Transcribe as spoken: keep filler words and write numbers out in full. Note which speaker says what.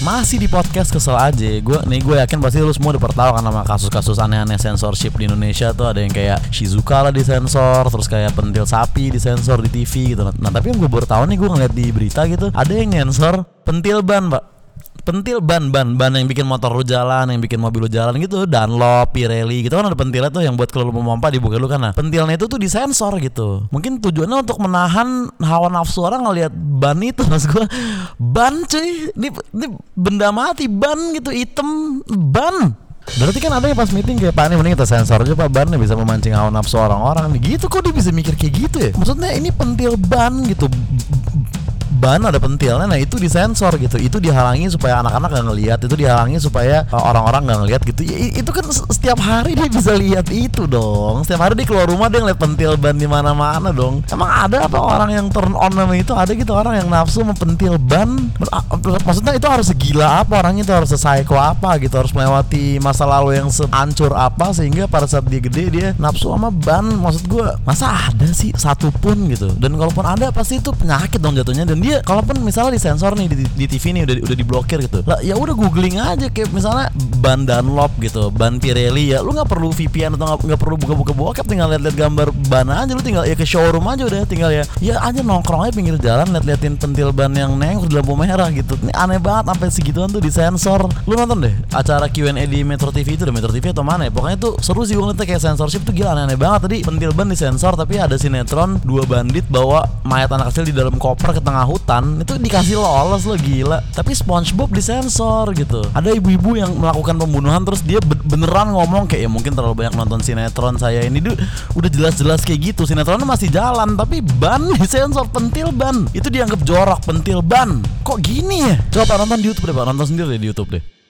Speaker 1: Masih di podcast kesel aja. Gue nih gue yakin pasti lu semua udah pernah tahu kan sama kasus-kasus aneh-aneh censorship di Indonesia tuh. Ada yang kayak Shizuka lah disensor, terus kayak pentil sapi disensor di T V gitu. Nah tapi yang gue baru tahu nih, gue ngeliat di berita gitu, ada yang nyensor pentil ban, Pak. Pentil ban, ban, ban yang bikin motor lu jalan, yang bikin mobil lu jalan gitu. Dunlop, Pirelli gitu kan ada pentilnya tuh yang buat kalau lu mau pompa di buka lu kan. Nah pentilnya itu tuh disensor gitu. Mungkin tujuannya untuk menahan hawa nafsu orang ngelihat ban itu. Mas gue, ban cuy, ini, ini benda mati, ban gitu, hitam, ban. Berarti kan ada yang pas meeting kayak, Pak, ini mending kita sensor aja Pak, bannya bisa memancing hawa nafsu orang-orang nih. Gitu kok dia bisa mikir kayak gitu ya. Maksudnya ini pentil ban gitu, ban ada pentilnya, nah itu disensor gitu. Itu dihalangi supaya anak-anak gak ngelihat, itu dihalangi supaya orang-orang gak ngelihat gitu ya. Itu kan setiap hari dia bisa lihat itu dong. Setiap hari dia keluar rumah dia ngeliat pentil ban di mana-mana dong. Emang ada apa orang yang turn on sama itu? Ada gitu orang yang nafsu sama pentil ban. Maksudnya itu harus segila apa orangnya, itu harus se-psycho apa gitu, harus melewati masa lalu yang sehancur apa sehingga pada saat dia gede dia nafsu sama ban. Maksud gue, masa ada sih satu pun gitu? Dan kalaupun ada pasti itu penyakit dong jatuhnya. Dan dia kalaupun misalnya disensor nih di, di T V nih udah udah diblokir gitu, lah ya udah googling aja kayak misalnya ban Dunlop gitu, ban Pirelli, ya lu nggak perlu V P N atau nggak perlu buka-buka bokep, tinggal lihat-lihat gambar ban aja, lu tinggal ya ke showroom aja udah, tinggal ya ya aja nongkrong aja pinggir jalan lihat-liatin pentil ban yang nengok di lampu merah gitu. Ini aneh banget sampai segituan tuh disensor. Lu nonton deh acara Q and A di Metro T V itu, udah Metro T V atau mana ya, pokoknya tuh seru sih gue ngeliatnya, kayak censorship tuh gila aneh-aneh banget. Tadi pentil ban disensor tapi ada sinetron dua bandit bawa mayat anak kecil di dalam koper ke tengah hutan, itu dikasih lolos lo, gila. Tapi SpongeBob disensor gitu. Ada ibu-ibu yang melakukan pembunuhan terus dia beneran ngomong kayak, ya mungkin terlalu banyak nonton sinetron saya ini, tuh udah jelas-jelas kayak gitu. Sinetronnya masih jalan tapi ban disensor, pentil ban itu dianggap jorok, pentil ban. Kok gini ya? Coba Pak nonton di YouTube deh, Pak, nonton sendiri deh di YouTube deh.